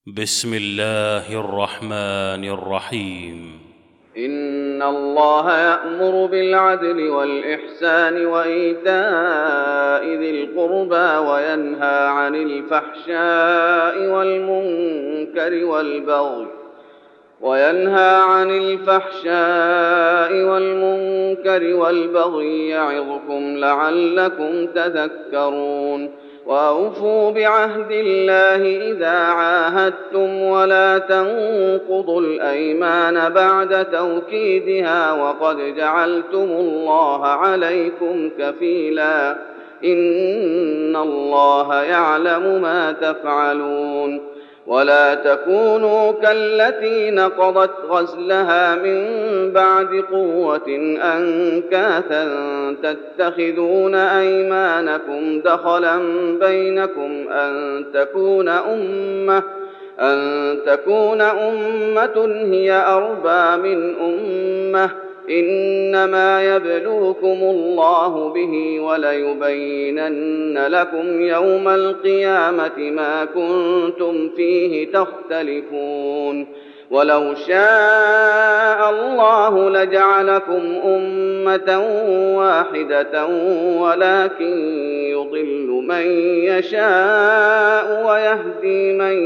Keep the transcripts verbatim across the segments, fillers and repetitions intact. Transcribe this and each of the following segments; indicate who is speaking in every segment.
Speaker 1: بسم الله الرحمن الرحيم.
Speaker 2: إن الله يأمر بالعدل والإحسان وإيتاء ذي القربى وينهى عن الفحشاء والمنكر والبغي وينهى عن الفحشاء والمنكر والبغي يعظكم لعلكم تذكرون. وأوفوا بعهد الله إذا عاهدتم ولا تنقضوا الأيمان بعد توكيدها وقد جعلتم الله عليكم كفيلا إن الله يعلم ما تفعلون. ولا تكونوا كالتي نقضت غزلها من بعد قوة أنكاثا تتخذون أيمانكم دخلا بينكم أن تكون أمة أن تكون أمة هي أربى من أمة إنما يبلوكم الله به وليبينن لكم يوم القيامة ما كنتم فيه تختلفون. ولو شاء الله لجعلكم أمة واحدة ولكن يضل من يشاء ويهدي من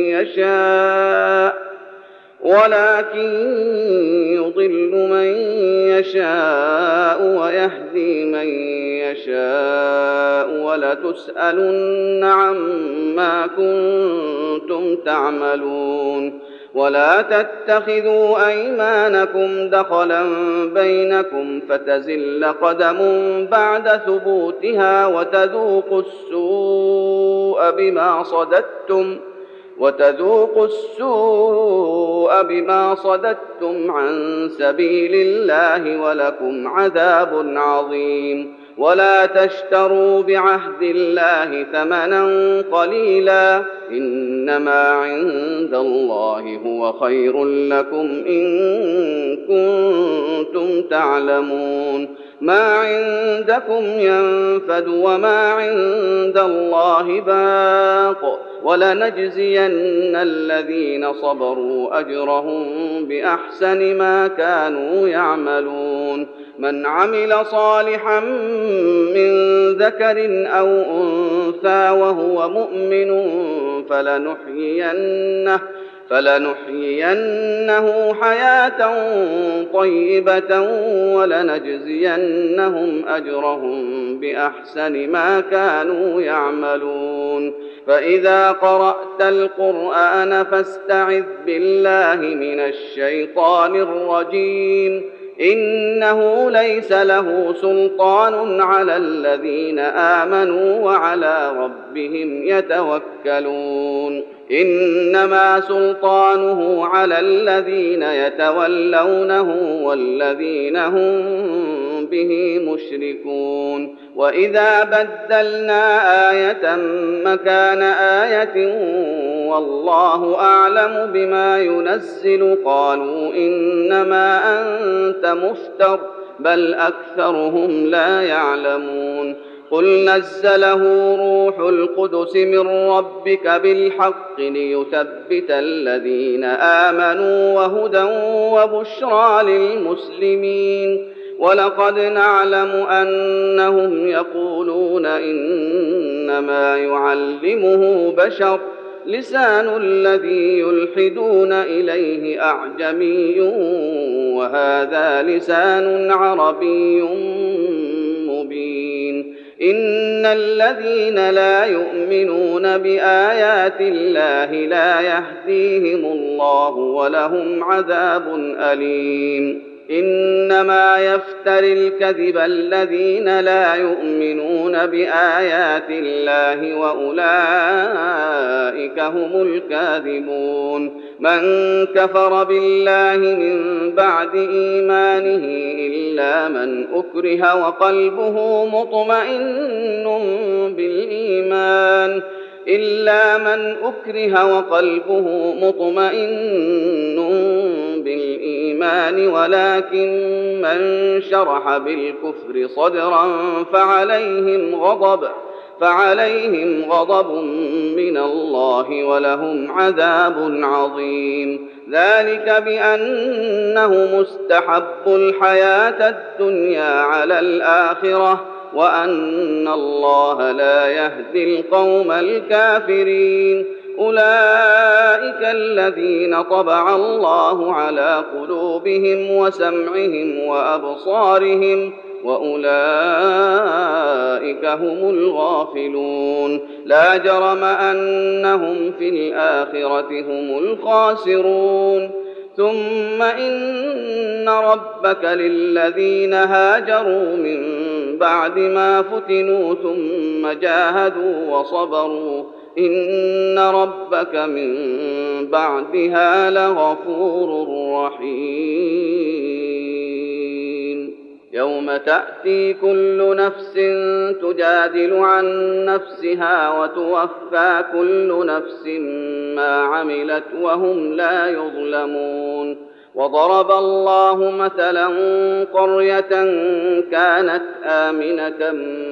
Speaker 2: يشاء ولكن يضل من يشاء ويهدي من يشاء ولتسألن عما كنتم تعملون. ولا تتخذوا أيمانكم دخلا بينكم فتزل قدم بعد ثبوتها وتذوقوا السوء بما صددتم وتذوقوا السوء بما صددتم عن سبيل الله ولكم عذاب عظيم. ولا تشتروا بعهد الله ثمنا قليلا إنما عند الله هو خير لكم إن كنتم تعلمون. ما عندكم ينفد وما عند الله باق ولنجزين الذين صبروا أجرهم بأحسن ما كانوا يعملون. من عمل صالحا من ذكر أو أنثى وهو مؤمن فلنحيينه فلنحيينه حياة طيبة ولنجزينهم أجرهم بأحسن ما كانوا يعملون. فإذا قرأت القرآن فاستعذ بالله من الشيطان الرجيم إنه ليس له سلطان على الذين آمنوا وعلى ربهم يتوكلون. إنما سلطانه على الذين يتولونه والذين هم به مشركون. وإذا بدلنا آية مكان آية والله أعلم بما ينزل قالوا إنما أنت مفتر بل أكثرهم لا يعلمون. قل نزله روح القدس من ربك بالحق ليثبت الذين آمنوا وهدى وبشرى للمسلمين. ولقد نعلم أنهم يقولون إنما يعلمه بشر لسان الذي يلحدون إليه أعجمي وهذا لسان عربي مبين. إن الذين لا يؤمنون بآيات الله لا يهديهم الله ولهم عذاب أليم. إنما يفتر الكذب الذين لا يؤمنون بآيات الله وأولئك هم الكاذبون. من كفر بالله من بعد إيمانه إلا من أكره وقلبه مطمئن بالإيمان إلا من أكره وقلبه مطمئن بالإيمان ولكن من شرح بالكفر صدرا فعليهم غضب فعليهم غضب من الله ولهم عذاب عظيم. ذلك بأنه مستحب الحياة الدنيا على الآخرة وأن الله لا يهدي القوم الكافرين. أولئك الذين طبع الله على قلوبهم وسمعهم وأبصارهم وأولئك هم الغافلون. لا جرم أنهم في الآخرة هم الخاسرون. ثم إن ربك للذين هاجروا من بعد ما فتنوا ثم جاهدوا وصبروا إن ربك من بعدها لغفور رحيم. يوم تأتي كل نفس تجادل عن نفسها وتوفى كل نفس ما عملت وهم لا يظلمون. وضرب الله مثلا قرية كانت آمنة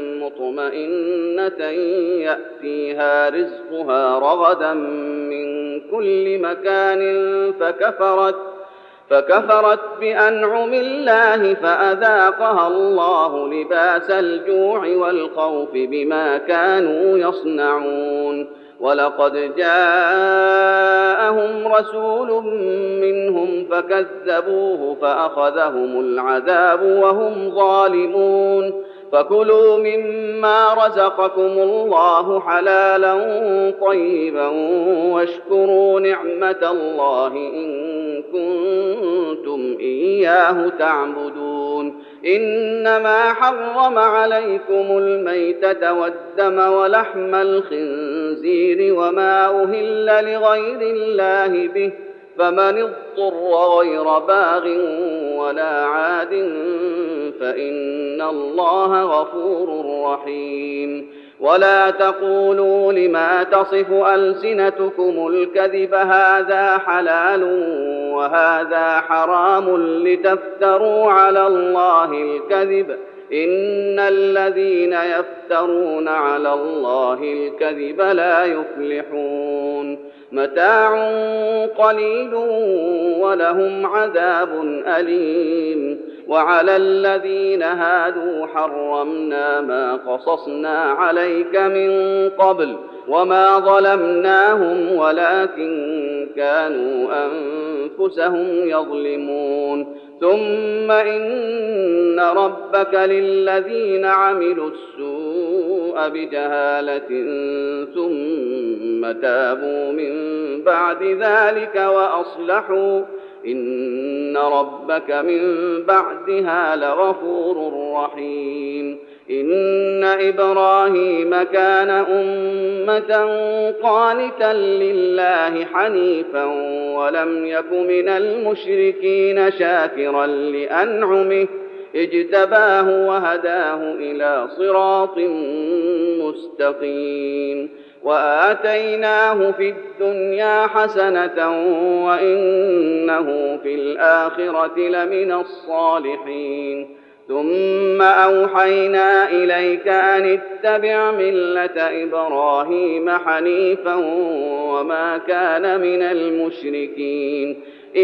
Speaker 2: مطمئنة يأتيها رزقها رغدا من كل مكان فكفرت فكفرت بأنعم الله فأذاقها الله لباس الجوع والخوف بما كانوا يصنعون. ولقد جاءهم رسول منهم فكذبوه فأخذهم العذاب وهم ظالمون. فكلوا مما رزقكم الله حلالا طيبا واشكروا نعمة الله إن كنتم إياه تعبدون. إنما حرم عليكم الميتة والدم ولحم الخنزير وما أهل لغير الله به فمن اضطر غير باغ ولا عاد فإن الله غفور رحيم. ولا تقولوا لما تصف ألسنتكم الكذب هذا حلال وهذا حرام لتفتروا على الله الكذب إن الذين يفترون على الله الكذب لا يفلحون. متاع قليل ولهم عذاب أليم. وعلى الذين هادوا حرمنا ما قصصنا عليك من قبل وما ظلمناهم ولكن كانوا أنفسهم يظلمون. ثم إن ربك للذين عملوا السوء بجهالة ثم تابوا من بعد ذلك وأصلحوا إن ربك من بعدها لغفور رحيم. إن إبراهيم كان أمة قانتا لله حنيفا ولم يك من المشركين شاكرا لأنعمه اجتباه وهداه إلى صراط مستقيم. وآتيناه في الدنيا حسنة وإنه في الآخرة لمن الصالحين. ثم أوحينا إليك أن اتبع ملة إبراهيم حنيفا وما كان من المشركين.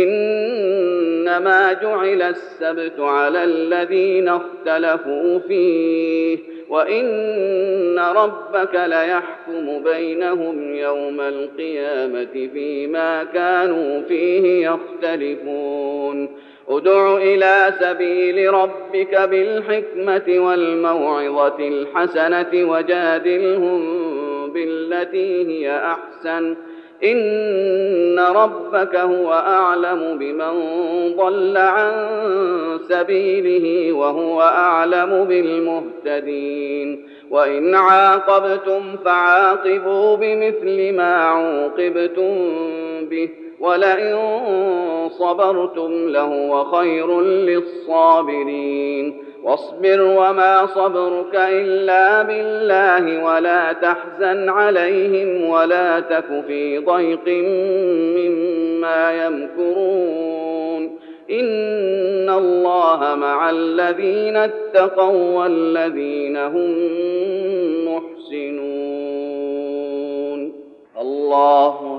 Speaker 2: إنما جعل السبت على الذين اختلفوا فيه وإن ربك ليحكم بينهم يوم القيامة فيما كانوا فيه يختلفون. ادع إلى سبيل ربك بالحكمة والموعظة الحسنة وجادلهم بالتي هي أحسن إن ربك هو أعلم بمن ضل عن سبيله وهو أعلم بالمهتدين. وإن عاقبتم فعاقبوا بمثل ما عوقبتم به ولئن صبرتم لهو خير للصابرين. واصبر وما صبرك إلا بالله ولا تحزن عليهم ولا تك في ضيق مما يمكرون إن الله مع الذين اتقوا والذين هم محسنون. يحسنون الله